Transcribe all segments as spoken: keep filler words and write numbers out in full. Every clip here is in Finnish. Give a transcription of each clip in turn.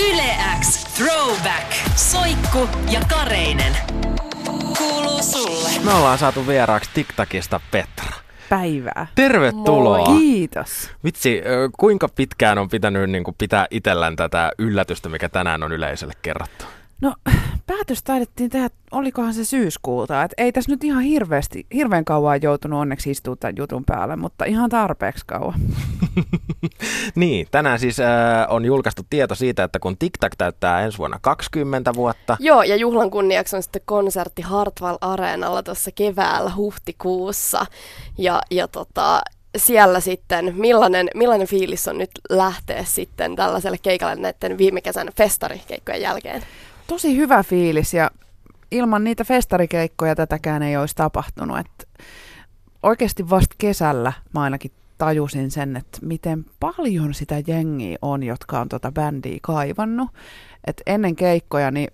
Yle X Throwback. Soikku ja Kareinen. Kuuluu sulle. Me ollaan saatu vieraaksi TikTokista Petra. Päivää. Tervetuloa. Moi. Kiitos. Vitsi, kuinka pitkään on pitänyt niin kuin, pitää itsellään tätä yllätystä, mikä tänään on yleisölle kerrottu? No, päätös taidettiin tehdä, olikohan se syyskuulta. Et ei tässä nyt ihan hirveästi, hirveän kauan joutunut onneksi istua tämän jutun päälle, mutta ihan tarpeeksi kauan. Niin, tänään siis äh, on julkaistu tieto siitä, että kun TikTok täyttää ensi vuonna kaksikymmentä vuotta. Joo, ja juhlan kunniaksi on sitten konsertti Hartwall Areenalla tuossa keväällä huhtikuussa. Ja, ja tota, siellä sitten, millainen, millainen fiilis on nyt lähteä sitten tällaiselle keikalle näiden viime kesän festarikeikkojen jälkeen? Tosi hyvä fiilis ja ilman niitä festarikeikkoja tätäkään ei olisi tapahtunut. Et oikeasti vasta kesällä mä ainakin tajusin sen, että miten paljon sitä jengiä on, jotka on tota bändiä kaivannut. Et ennen keikkoja niin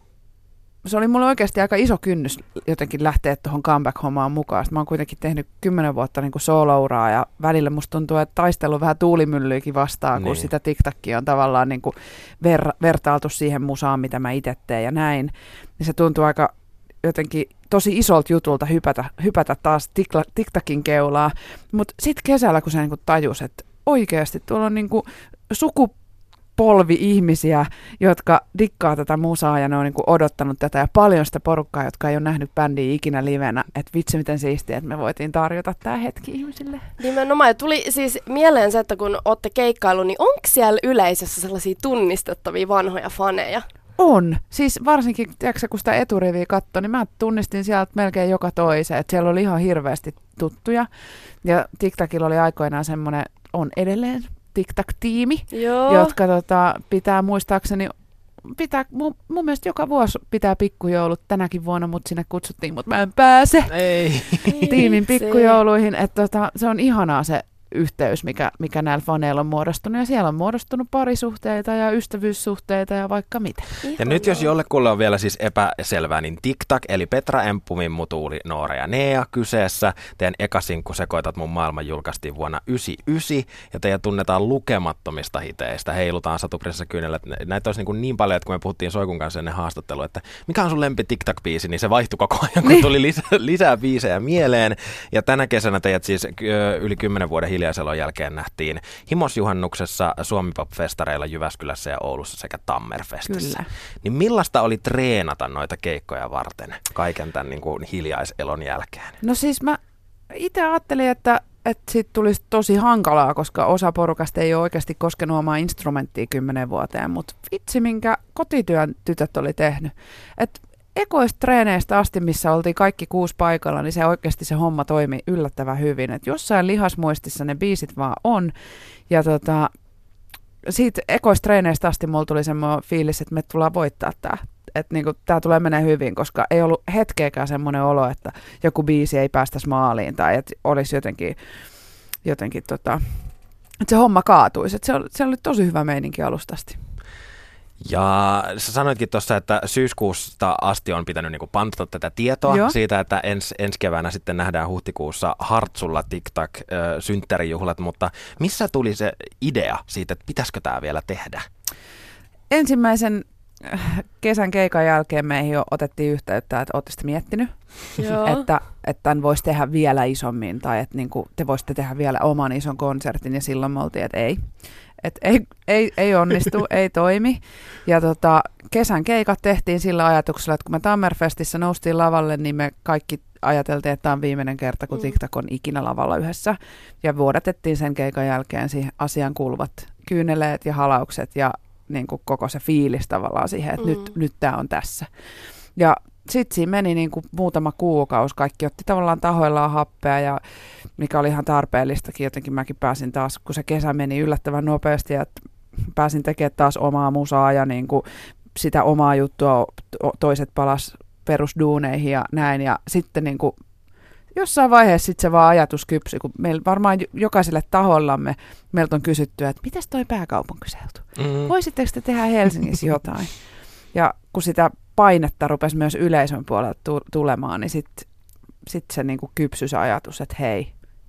se oli mulle oikeasti aika iso kynnys jotenkin lähteä tuohon comeback-hommaan mukaan. Sitten mä oon kuitenkin tehnyt kymmenen vuotta niin kuin solo-uraa ja välillä musta tuntuu, että taistelu vähän tuulimyllyikin vastaan, kun niin. Sitä TikTokia on tavallaan niin kuin ver- vertailtu siihen musaan, mitä mä itse teen ja näin. Niin se tuntuu aika jotenkin tosi isolta jutulta hypätä, hypätä taas tikla- TikTokin keulaa. Mutta sitten kesällä, kun sä niin kuin tajus, että oikeasti tuolla on niin kuin suku polvi ihmisiä, jotka dikkaa tätä musaa ja ne on niin kuin odottanut tätä ja paljon sitä porukkaa, jotka ei ole nähnyt bändiä ikinä livenä. Että vitsi miten siistiä, että me voitiin tarjota tämä hetki ihmisille. Nimenomaan. Ja tuli siis mieleen se, että kun olette keikkailu, niin onko siellä yleisössä sellaisia tunnistettavia vanhoja faneja? On. Siis varsinkin, tiedätkö, kun sitä eturiviä katsoi, niin mä tunnistin sieltä melkein joka toisen. Että siellä oli ihan hirveästi tuttuja. Ja TikTokilla oli aikoinaan semmoinen, on edelleen TikTok-tiimi, Joo. jotka tota, pitää muistaakseni, pitää, mun, mun mielestä joka vuosi pitää pikkujoulut tänäkin vuonna, mutta sinne kutsuttiin, mutta mä en pääse Ei. tiimin pikkujouluihin. Että tota, se on ihanaa se yhteys, mikä, mikä näillä faneilla on muodostunut. Ja siellä on muodostunut parisuhteita ja ystävyyssuhteita ja vaikka mitä. Ja Ihan nyt jos jollekulle on vielä siis epäselvää, niin TikTok, eli Petra Emppu, Mimmu, Tuuli, Noora ja Nea kyseessä. Teidän eka sinkku Sekoitat mun maailman julkaistiin vuonna yhdeksänkymmentäyhdeksän ja teidän tunnetaan lukemattomista hiteistä. Heilutaan Satuprinsessa kyynellä. Näitä olisi niin, kuin niin paljon, että kun me puhuttiin Soikun kanssa ennen haastattelua, että mikä on sun lempi TikTok-biisi, niin se vaihtui koko ajan, kun tuli lisää, lisää biisejä mieleen. Ja tänä kesänä teidät siis yli kymmenen vuoden hiljaiselon jälkeen nähtiin Himosjuhannuksessa, Suomi-pop-festareilla Jyväskylässä ja Oulussa sekä Tammerfestissä. Kyllä. Niin millaista oli treenata noita keikkoja varten kaiken tämän niin kuin hiljaiselon jälkeen? No siis mä itse ajattelin, että, että siitä tulisi tosi hankalaa, koska osa porukasta ei ole oikeasti koskenut omaa instrumenttia kymmenen vuoteen, mutta vitsi minkä kotityön tytöt oli tehnyt. Et ekoista treeneistä asti, missä oltiin kaikki kuusi paikalla, niin se oikeasti se homma toimi yllättävän hyvin. Et jossain lihasmuistissa ne biisit vaan on. Ja tota, siitä ekoista treeneistä asti mulla tuli semmoinen fiilis, että me tullaan voittaa tää. Että niinku, tää tulee menee hyvin, koska ei ollut hetkeäkään semmoinen olo, että joku biisi ei päästäisi maaliin tai että olisi jotenkin, jotenkin tota, että se homma kaatuisi. Et se, oli, se oli tosi hyvä meininki alustasti. Ja sä sanoitkin tuossa, että syyskuusta asti on pitänyt niinku pantata tätä tietoa Joo. siitä, että ens, ensi keväänä sitten nähdään huhtikuussa Hartsulla TikTok-synttärijuhlat, mutta missä tuli se idea siitä, että pitäisikö tämä vielä tehdä? Ensimmäisen kesän keikan jälkeen meihin jo otettiin yhteyttä, että ootte sitä miettinyt, että, että tämän voisi tehdä vielä isommin tai että niin kuin te voisitte tehdä vielä oman ison konsertin ja silloin me oltiin, että ei. Että ei, ei, ei onnistu, ei toimi. Ja tota, kesän keikat tehtiin sillä ajatuksella, että kun me Tammerfestissä noustiin lavalle, niin me kaikki ajateltiin, että tämä on viimeinen kerta, kun TikTok on ikinä lavalla yhdessä. Ja vuodatettiin sen keikan jälkeen siihen asiaan kuuluvat kyyneleet ja halaukset ja niin kuin koko se fiilis tavallaan siihen, että mm. nyt, nyt tämä on tässä. Ja sitten siinä meni niin kuin muutama kuukausi, kaikki otti tavallaan tahoillaan happea, ja mikä oli ihan tarpeellistakin. Jotenkin mäkin pääsin taas, kun se kesä meni yllättävän nopeasti, että pääsin tekemään taas omaa musaa ja niin kuin sitä omaa juttua, toiset palas perusduuneihin ja näin. Ja sitten niin kuin jossain vaiheessa sit se vaan ajatus kypsyi, kun meillä varmaan jokaiselle tahollamme meiltä on kysytty, että mitäs toi pääkaupunkiseutu? Mm-hmm. Voisitteko te tehdä Helsingissä jotain? Ja kun sitä painetta rupesi myös yleisön puolelta tu- tulemaan, niin sitten sit se niinku kypsyi se ajatus, että hei,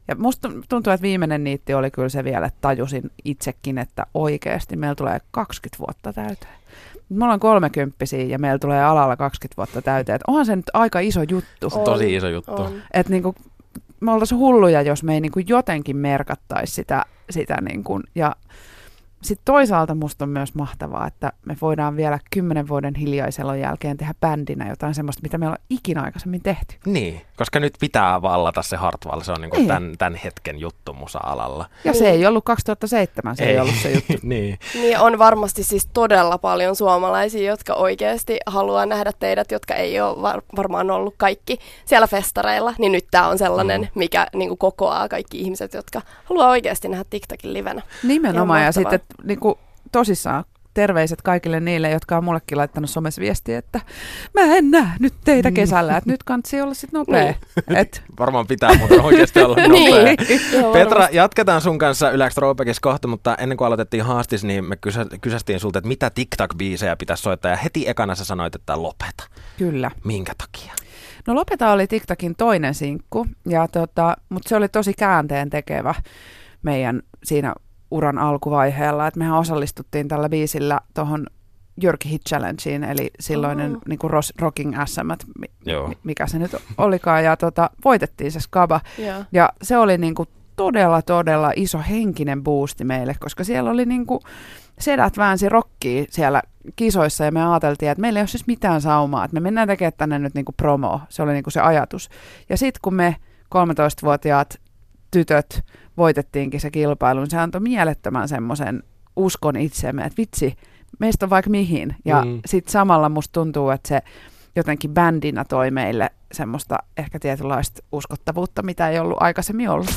Ja musta tuntuu, että viimeinen niitti oli kyllä se vielä, että tajusin itsekin, että oikeasti meillä tulee kaksikymmentä vuotta täyteen. Me ollaan kolmekymppisiä ja meillä tulee alalla kaksikymmentä vuotta täyteen. Että onhan se nyt aika iso juttu. On, tosi iso juttu. Että niinku, me oltaisiin hulluja, jos me ei niinku jotenkin merkattaisi sitä, sitä niinku, ja sitten toisaalta musta on myös mahtavaa, että me voidaan vielä kymmenen vuoden hiljaiselon jälkeen tehdä bändinä jotain semmoista, mitä me ollaan ikinä aikaisemmin tehty. Niin, koska nyt pitää vallata se Hartwall, se on niinku niin. tämän, tämän hetken juttu musa-alalla. Ja se ei ollut kaksituhattaseitsemän, se ei, ei ollut se juttu. niin. niin on varmasti siis todella paljon suomalaisia, jotka oikeasti haluaa nähdä teidät, jotka ei ole var- varmaan ollut kaikki siellä festareilla, niin nyt tämä on sellainen, mm. mikä niinku kokoaa kaikki ihmiset, jotka haluaa oikeasti nähdä TikTokin livenä. Nimenomaan, ja sitten niin kuin, tosissaan terveiset kaikille niille, jotka on mullekin laittanut somessa viestiä, että mä en näe nyt teitä kesällä, että nyt kansi olla sitten nopea. Niin. Et. Varmaan pitää, mutta oikeasti olla nopea. niin. Petra, jatketaan sun kanssa Yle Throwbackissa kohta, mutta ennen kuin aloitettiin haastis, niin me kysä, kysästiin sulta, että mitä TikTok-biisejä pitäisi soittaa, ja heti ekana sä sanoit, että lopeta. Kyllä. Minkä takia? No Lopeta oli TikTokin toinen sinkku, ja tota, mutta se oli tosi käänteen tekevä meidän siinä uran alkuvaiheella, että mehän osallistuttiin tällä biisillä tuohon Jyrki Hit Challengeen, eli silloinen oh. niin kuin Rocking S M, mi- mikä se nyt olikaan, ja tota, voitettiin se skaba. Yeah. Ja se oli niin kuin todella, todella iso henkinen boosti meille, koska siellä oli niin kuin sedät väänsi rockia siellä kisoissa, ja me ajateltiin, että meillä ei ole siis mitään saumaa, että me mennään tekemään tänne nyt niin kuin promo, se oli niin kuin se ajatus. Ja sitten kun me kolmetoistavuotiaat tytöt voitettiinkin se kilpailu, niin se antoi mielettömän semmoisen uskon itseemme, että vitsi, meistä on vaikka mihin. Ja mm. sitten samalla musta tuntuu, että se jotenkin bändinä toi meille semmoista ehkä tietynlaista uskottavuutta, mitä ei ollut aikaisemmin ollut.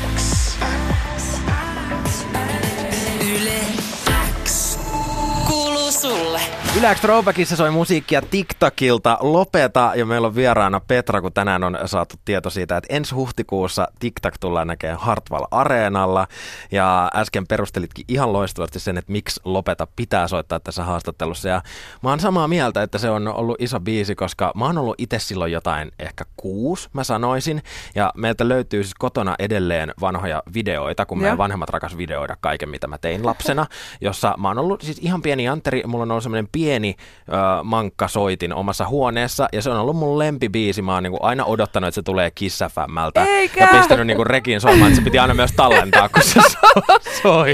Yle X kuuluu sulle. Yle X Throwbackissa soi musiikkia TikTokilta Lopeta, ja meillä on vieraana Petra, kun tänään on saatu tieto siitä, että ensi huhtikuussa TikTok tullaan näkemään Hartwall Areenalla, ja äsken perustelitkin ihan loistavasti sen, että miksi Lopeta pitää soittaa tässä haastattelussa, ja mä oon samaa mieltä, että se on ollut iso biisi, koska mä oon ollut itse silloin jotain ehkä kuusi, mä sanoisin, ja meiltä löytyy siis kotona edelleen vanhoja videoita, kun meidän vanhemmat rakas videoida kaiken, mitä mä tein lapsena, jossa mä oon ollut siis ihan pieni jantteri, mulla on ollut semmoinen pieni ö, mankkasoitin omassa huoneessa, ja se on ollut mun lempibiisi. Mä oon niinku aina odottanut, että se tulee Kiss F M:ltä. Eikä. Ja pistänyt niinku rekin soimaan, että se piti aina myös tallentaa, kun se soi.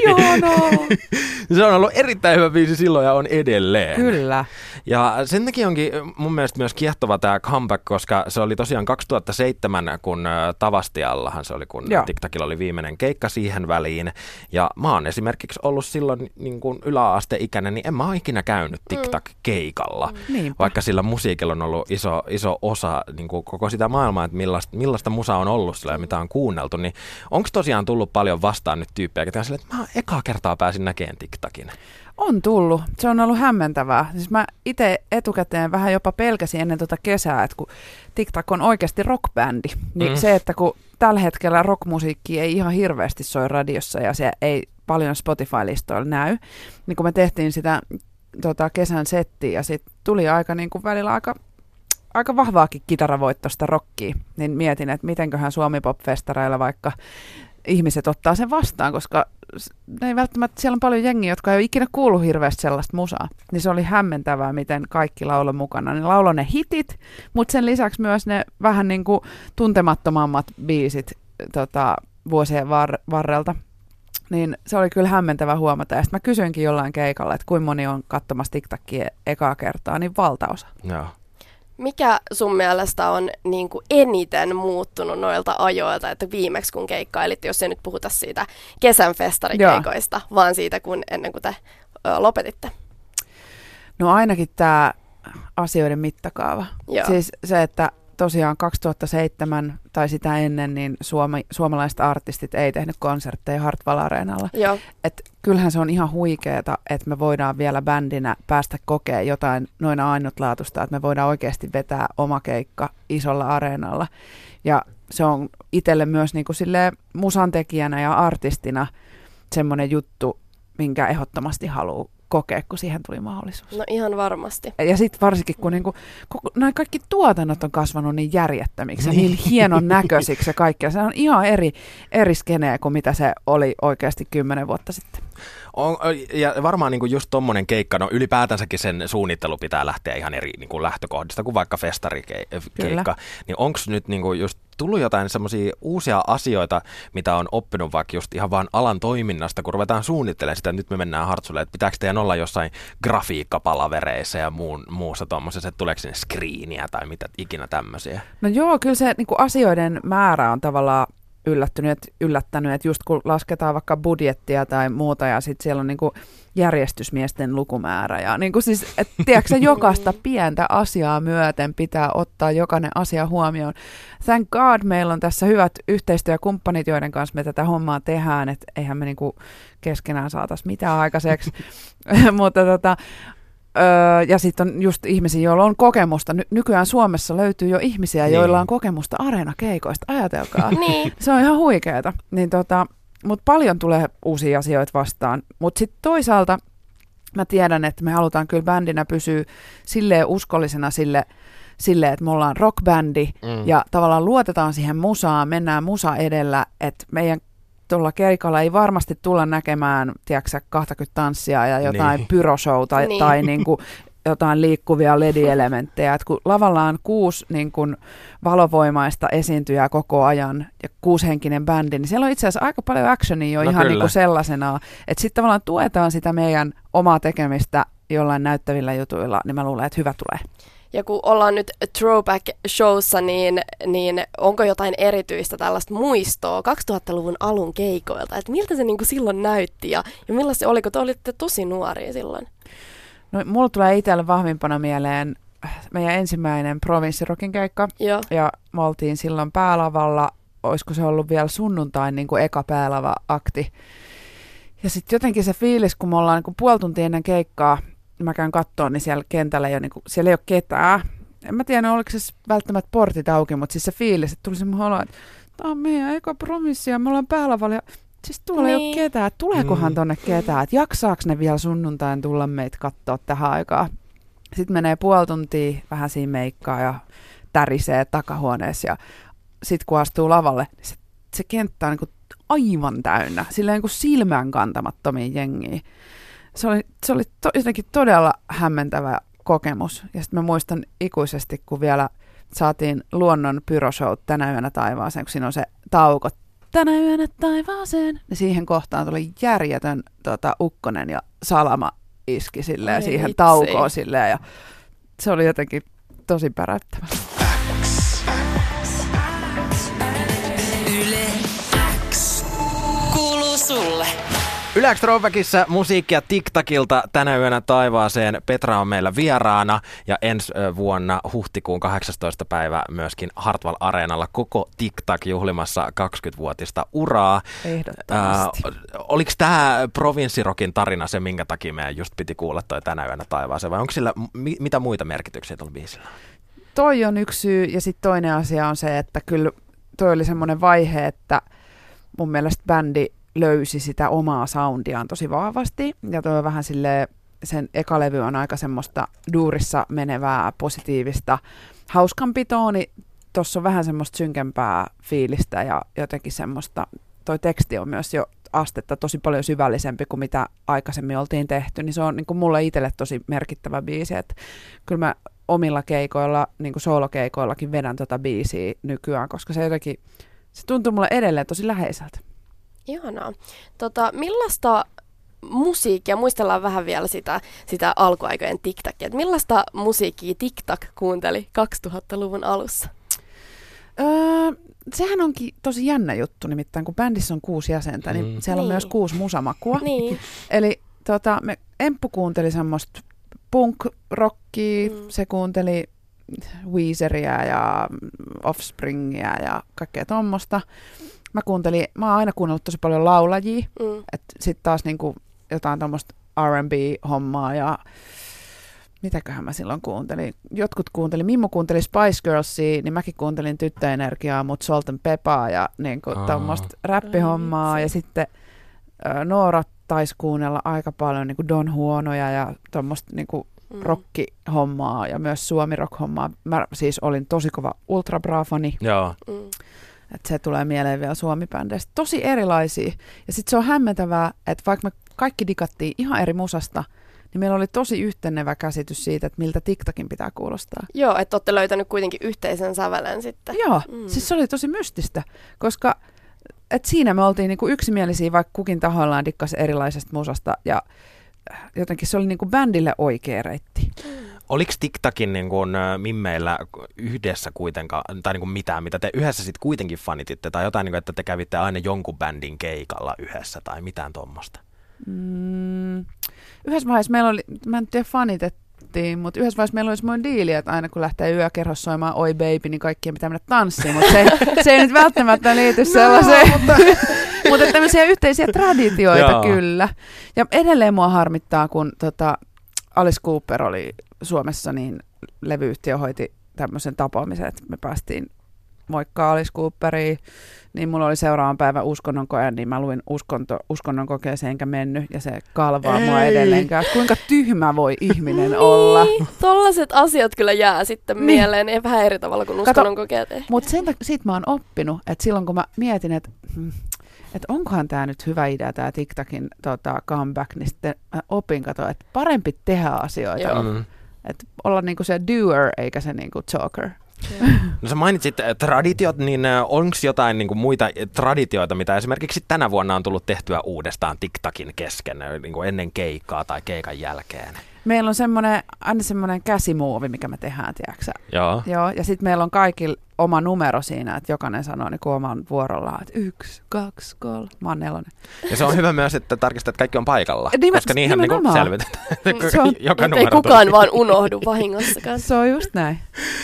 Se on ollut erittäin hyvä biisi silloin ja on edelleen. Kyllä. Ja sen takia onkin mun mielestä myös kiehtova tämä comeback, koska se oli tosiaan kaksituhattaseitsemän, kun Tavastiallahan se oli, kun Joo. TikTokilla oli viimeinen keikka siihen väliin. Ja mä oon esimerkiksi ollut silloin niin kuin yläasteikäinen, niin en mä ole ikinä käynyt TikTok-keikalla. Mm. Vaikka sillä musiikilla on ollut iso, iso osa niin kuin koko sitä maailmaa, että millaista, millaista musaa on ollut sillä ja mitä on kuunneltu. Niin onko tosiaan tullut paljon vastaan nyt tyyppejä, että sille, että mä ekaa kertaa pääsin näkemään TikTokin? On tullut. Se on ollut hämmentävää. Siis mä itse etukäteen vähän jopa pelkäsin ennen tuota kesää, että kun TikTok on oikeasti rockbändi, niin mm. se, että kun tällä hetkellä rockmusiikki ei ihan hirveästi soi radiossa ja se ei paljon Spotify-listoilla näy, niin kun me tehtiin sitä tota, kesän settiä ja sitten tuli aika niin kuin välillä aika, aika vahvaakin kitaravoittosta rockia, niin mietin, että mitenköhän Suomi-pop-festareilla vaikka ihmiset ottaa sen vastaan, koska ne ei välttämättä, siellä on paljon jengiä, jotka ei ole ikinä kuullut hirveästi sellaista musaa. Niin se oli hämmentävää, miten kaikki lauloi mukana. Ne lauloi ne hitit, mutta sen lisäksi myös ne vähän niin kuin tuntemattomammat biisit tota, vuosien var- varrelta. Niin se oli kyllä hämmentävä huomata. Ja sitten mä kysyinkin jollain keikalla, että kuinka moni on katsomassa TikTokia ekaa kertaa, niin valtaosa. Joo. Mikä sun mielestä on niin kuin eniten muuttunut noilta ajoilta, että viimeksi kun keikkailit, jos ei nyt puhuta siitä kesän festarikeikoista, Joo. vaan siitä kun ennen kuin te ö, lopetitte? No ainakin tämä asioiden mittakaava. Joo. Siis se, että tosiaan kaksituhattaseitsemän tai sitä ennen, niin Suomi, suomalaiset artistit ei tehnyt konsertteja Hartwall Areenalla. Joo. Et kyllähän se on ihan huikeeta, että me voidaan vielä bändinä päästä kokemaan jotain noin ainutlaatuista, että me voidaan oikeasti vetää oma keikka isolla areenalla. Ja se on itselle myös niin kuin silleen musantekijänä ja artistina semmoinen juttu, minkä ehdottomasti haluaa kokea, kun siihen tuli mahdollisuus. No ihan varmasti. Ja sitten varsinkin, kun niinku, koko, nämä kaikki tuotannot on kasvanut niin järjettömiksi ja niin hienon näköisiksi ja kaikkea. Se on ihan eri, eri skeneä kuin mitä se oli oikeasti kymmenen vuotta sitten. On, ja varmaan niin kuin just tommonen keikka, no ylipäätänsäkin sen suunnittelu pitää lähteä ihan eri niin kuin lähtökohdista kuin vaikka festarikeikka. Niin onko nyt niin kuin just tullut jotain semmoisia uusia asioita, mitä on oppinut vaikka just ihan vaan alan toiminnasta, kun ruvetaan suunnittelemaan sitä, että nyt me mennään Hartsulle, että pitääkö teidän olla jossain grafiikkapalavereissa ja muun, muussa tuommoisessa, että tuleeko sinne screeniä tai mitä ikinä tämmöisiä? No joo, kyllä se niin kuin asioiden määrä on tavallaan yllättynyt, yllättänyt, että just kun lasketaan vaikka budjettia tai muuta ja sitten siellä on niinku järjestysmiesten lukumäärä ja niinku siis, että tiedätkö jokaista pientä asiaa myöten pitää ottaa jokainen asia huomioon. Thank God meillä on tässä hyvät yhteistyökumppanit, joiden kanssa me tätä hommaa tehdään, että eihän me niinku keskenään saataisi mitään aikaiseksi, mutta tota, Öö, ja sitten on just ihmisiä, joilla on kokemusta. Ny- nykyään Suomessa löytyy jo ihmisiä, niin. joilla on kokemusta areenakeikoista. Ajatelkaa. Niin. Se on ihan huikeeta. Niin tota, mutta paljon tulee uusia asioita vastaan. Mutta sitten toisaalta mä tiedän, että me halutaan kyllä bändinä pysyä silleen uskollisena sille, sille että me ollaan rockbändi mm. ja tavallaan luotetaan siihen musaan, mennään musa edellä, että meidän tuolla keikalla ei varmasti tulla näkemään, tiedätkö, kaksikymmentä tanssia ja jotain niin. pyroshowta niin. tai niin kuin, jotain liikkuvia L E D-elementtejä. Et kun lavalla on kuusi niin kuin, valovoimaista esiintyjää koko ajan ja kuushenkinen bändi, niin siellä on itse asiassa aika paljon actionia jo no ihan niin kuin sellaisena. Että sitten tavallaan tuetaan sitä meidän omaa tekemistä jollain näyttävillä jutuilla, niin mä luulen, että hyvä tulee. Ja kun ollaan nyt Throwback-showssa, niin, niin onko jotain erityistä tällaista muistoa kaksituhattaluvun alun keikoilta? Että miltä se niin kuin silloin näytti ja, ja millaista se oli, kun te olitte tosi nuoria silloin? No, mulla tulee itselle vahvimpana mieleen meidän ensimmäinen Provinssirockin keikka. Joo. Ja me oltiin silloin päälavalla, olisiko se ollut vielä sunnuntain niin kuin eka päälava-akti. Ja sitten jotenkin se fiilis, kun me ollaan niin kuin puoli tuntia ennen keikkaa, mä käyn kattoon, niin siellä kentällä ei ole, niin kuin, siellä ei ole ketään. En mä tiedä, oliko se välttämättä portit auki, mutta siis se fiilis, että tuli semmoinen olo, että tämä on meidän eka provinssi ja me ollaan päälavalla. Ja siis tuolla niin. ei ole ketään. Tuleekohan mm. tonne ketään? Että jaksaako ne vielä sunnuntain tulla meitä katsoa tähän aikaan? Sitten menee puoli tuntia vähän siinä meikkaa ja tärisee takahuoneessa. Ja sitten kun astuu lavalle, niin se, se kenttä on niin kuin aivan täynnä. Silleen niin kuin silmään kantamattomia jengiä. Se oli, se oli to, jotenkin todella hämmentävä kokemus. Ja sitten mä muistan ikuisesti, kun vielä saatiin luonnon pyroshow tänä yönä taivaaseen, kun siinä on se tauko. Tänä yönä taivaaseen. Ja siihen kohtaan tuli järjetön tota, ukkonen ja salama iski silleen, Ai siihen vitsi. taukoon silleen. Ja se oli jotenkin tosi päräyttävä. Yle X kuuluu sulle. Yle X Throwbackissa musiikkia TikTokilta tänä yönä taivaaseen. Petra on meillä vieraana ja ensi vuonna huhtikuun kahdeksastoista päivä myöskin Hartwall Areenalla koko TikTok juhlimassa kaksikymmenvuotista uraa. Ehdottomasti. Äh, oliko tämä Provinssirockin tarina se, minkä takia meidän just piti kuulla toi tänä yönä taivaaseen vai onko sillä mi- mitä muita merkityksiä tuolla biisillä? Toi on yksi syy ja sitten toinen asia on se, että kyllä toi oli semmoinen vaihe, että mun mielestä bändi löysi sitä omaa soundiaan tosi vahvasti. Ja tuo on vähän silleen, sen eka levy on aika semmoista duurissa menevää, positiivista, hauskampi tooni. Tuossa on vähän semmoista synkempää fiilistä ja jotenkin semmoista, toi teksti on myös jo astetta tosi paljon syvällisempi kuin mitä aikaisemmin oltiin tehty. Niin se on niin kuin mulle itselle tosi merkittävä biisi. Että kyllä mä omilla keikoilla, niin kuin soolokeikoillakin vedän tota biisiä nykyään, koska se jotenkin, se tuntuu mulle edelleen tosi läheiseltä. Ihanaa. Tota, millaista musiikkia, muistellaan vähän vielä sitä, sitä alkuaikojen TikTokia, että millaista musiikkia TikTok kuunteli kaksituhattaluvun alussa? Öö, sehän onkin tosi jännä juttu, nimittäin kun bändissä on kuusi jäsentä, niin mm. siellä on niin. myös kuusi musamakua. Niin. Eli tota, me Emppu kuunteli semmoista punk-rockia, mm. se kuunteli Weezeria ja Offspringia ja kaikkea tommosta. Mä kuuntelin, mä oon aina kuunnellut tosi paljon laulajia, mm. että sit taas niinku jotain tommoista R and B-hommaa ja mitäköhän mä silloin kuuntelin. Jotkut kuuntelin, Mimmo kuunteli Spice Girlsia, niin mäkin kuuntelin Tyttöenergiaa, mut Salt and Pepaa ja niinku tommoista räppihommaa ja sitten ä, Noora taisi kuunnella aika paljon niin kuin Don Juanoja ja tuommoista niin kuin mm. rock-hommaa ja myös suomi-rock-hommaa. Mä siis olin tosi kova Ultra Bra-fani. Joo. Mm. Että se tulee mieleen vielä suomi-bändeistä. Tosi erilaisia. Ja sitten se on hämmentävää, että vaikka me kaikki digattiin ihan eri musasta, niin meillä oli tosi yhtenevä käsitys siitä, että miltä TikTokin pitää kuulostaa. Joo, että olette löytänyt kuitenkin yhteisen sävelen sitten. Joo, mm. siis se oli tosi mystistä, koska et siinä me oltiin niinku yksimielisiä, vaikka kukin tahoillaan dikkasi erilaisesta musasta, ja jotenkin se oli niinku bändille oikea reitti. Mm. Oliko TikTokin niin kuin, mimmeillä yhdessä kuitenkaan, tai niin kuin mitään, mitä te yhdessä sitten kuitenkin fanititte, tai jotain, niin kuin, että te kävitte aina jonkun bändin keikalla yhdessä, tai mitään tuommoista? Mm, yhdessä vaiheessa meillä oli, mä en tiedä fanitettiin, mutta yhdessä vaiheessa meillä oli semmoinen diili, että aina kun lähtee yökerhossa soimaan Oi Baby, niin kaikkien pitää mennä tanssiin, mutta se, ei, se ei nyt välttämättä liity sellaiseen, no, mutta, mutta tämmöisiä yhteisiä traditioita Joo. kyllä. Ja edelleen mua harmittaa, kun tota, Alice Cooper oli Suomessa, niin levyyhtiö hoiti tämmöisen tapaamisen, että me päästiin moikkaa Alice Cooperiin, niin mulla oli seuraavan päivän uskonnon koe, niin mä luin uskonto, uskonnon kokeeseen enkä mennyt, ja se kalvaa Ei. mua edelleenkään. Kuinka tyhmä voi ihminen niin, olla? Tollaiset asiat kyllä jää sitten niin. mieleen, ei vähän eri tavalla kuin uskonnon kokeet ehkä. Mutta siitä mä oon oppinut, että silloin kun mä mietin, että että onkohan tämä nyt hyvä idea, tämä TikTokin tota, comeback, niin sitten opin katoa, että parempi tehdä asioita. Mm. Että olla niinku se doer eikä se niinku talker. No sä mainitsit traditiot, niin onko jotain niin kuin muita traditioita, mitä esimerkiksi tänä vuonna on tullut tehtyä uudestaan TikTokin kesken, niin kuin ennen keikkaa tai keikan jälkeen? Meillä on semmoinen, aina semmoinen käsimuovi, mikä me tehdään, tiedätkö? Joo. Joo. Ja sitten meillä on kaikilla oma numero siinä, että jokainen sanoo niin kuin oman vuorollaan, että yksi, kaksi, kolme, mä oon nelonen. Ja se on hyvä myös, että tarkistat, että kaikki on paikalla, Nimen, koska niinhän niin kuin selvitetään. Joka ei kukaan vaan unohdu vahingossakaan. Se on just näin.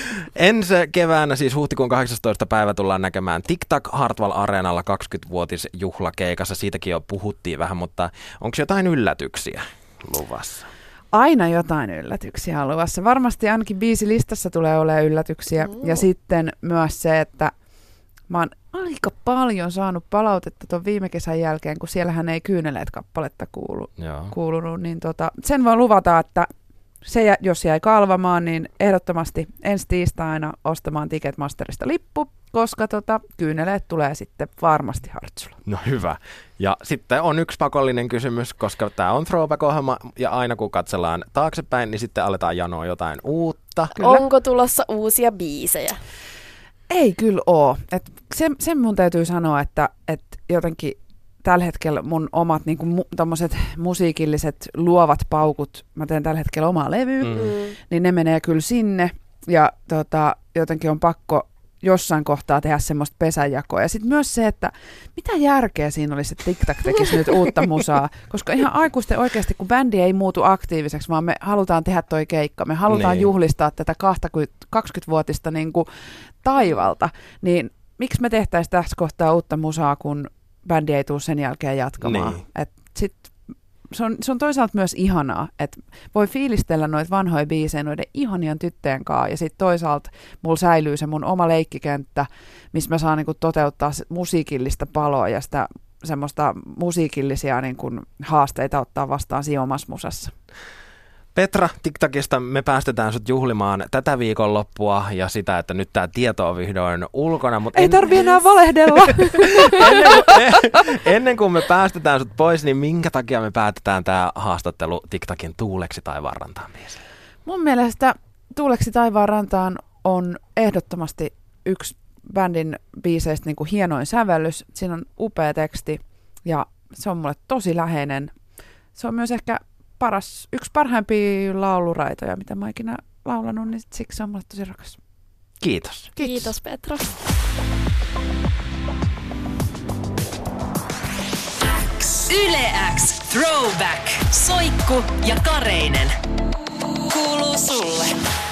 Ensi keväänä, siis huhtikuun kahdeksastoista päivä, tullaan näkemään TikTok Hartwall Areenalla kaksikymmenvuotisjuhlakeikassa. Siitäkin jo puhuttiin vähän, mutta onko jotain yllätyksiä luvassa? Aina jotain yllätyksiä on luvassa. Varmasti ainakin biisilistassa tulee olemaan yllätyksiä. Mm. Ja sitten myös se, että mä oon aika paljon saanut palautetta tuon viime kesän jälkeen, kun siellähän ei Kyyneleet kappaletta kuulu, kuulunut. Niin tota, sen voi luvata, että se, jos jäi kalvamaan, niin ehdottomasti ensi tiistaina ostamaan Ticketmasterista lippu, koska tota, Kyyneleet tulee sitten varmasti Hartsulla. No hyvä. Ja sitten on yksi pakollinen kysymys, koska tämä on throwback-ohjelma ja aina kun katsellaan taaksepäin, niin sitten aletaan janoa jotain uutta. Kyllä. Onko tulossa uusia biisejä? Ei kyllä ole. Et sen, sen mun täytyy sanoa, että et jotenkin tällä hetkellä mun omat niinku, mu, tommoset musiikilliset luovat paukut, mä teen tällä hetkellä omaa levyä, mm. niin ne menee kyllä sinne ja tota, jotenkin on pakko jossain kohtaa tehdä semmoista pesänjakoa. Ja sitten myös se, että mitä järkeä siinä olisi, että TikTok tekisi nyt uutta musaa. Koska ihan aikuisten oikeasti, kun bändi ei muutu aktiiviseksi, vaan me halutaan tehdä toi keikka. Me halutaan niin. juhlistaa tätä kaksikymmenvuotista niin kuin taivalta. Niin miksi me tehtäisiin tässä kohtaa uutta musaa, kun bändi ei tule sen jälkeen jatkamaan? Niin. Et sit Se on, se on toisaalta myös ihanaa, että voi fiilistellä noita vanhoja biisejä noiden ihanien tyttöjen kanssa, ja sitten toisaalta mulla säilyy se mun oma leikkikenttä, missä mä saan niinku toteuttaa musiikillista paloa ja sitä semmoista musiikillisia niinku haasteita ottaa vastaan siinä omassa musassa. Petra, TikTokista me päästetään sut juhlimaan tätä viikonloppua ja sitä, että nyt tää tieto on vihdoin ulkona. Mutta ei en... tarvi enää valehdella. ennen, kuin, ennen kuin me päästetään sut pois, niin minkä takia me päätetään tää haastattelu TikTokin Tuuleksi taivaan rantaan biisiin? Mun mielestä Tuuleksi taivaan rantaan on ehdottomasti yksi bändin biiseistä niin kuin hienoin sävellys. Siinä on upea teksti ja se on mulle tosi läheinen. Se on myös ehkä paras, yksi parhaimpia lauluraitoja, mitä mä ikinä laulanut, niin siksi se on mulle tosi rakas. Kiitos. Kiitos, Kiitos Petra. X. Yle X Throwback. Soikku ja Kareinen. Kuuluu sulle.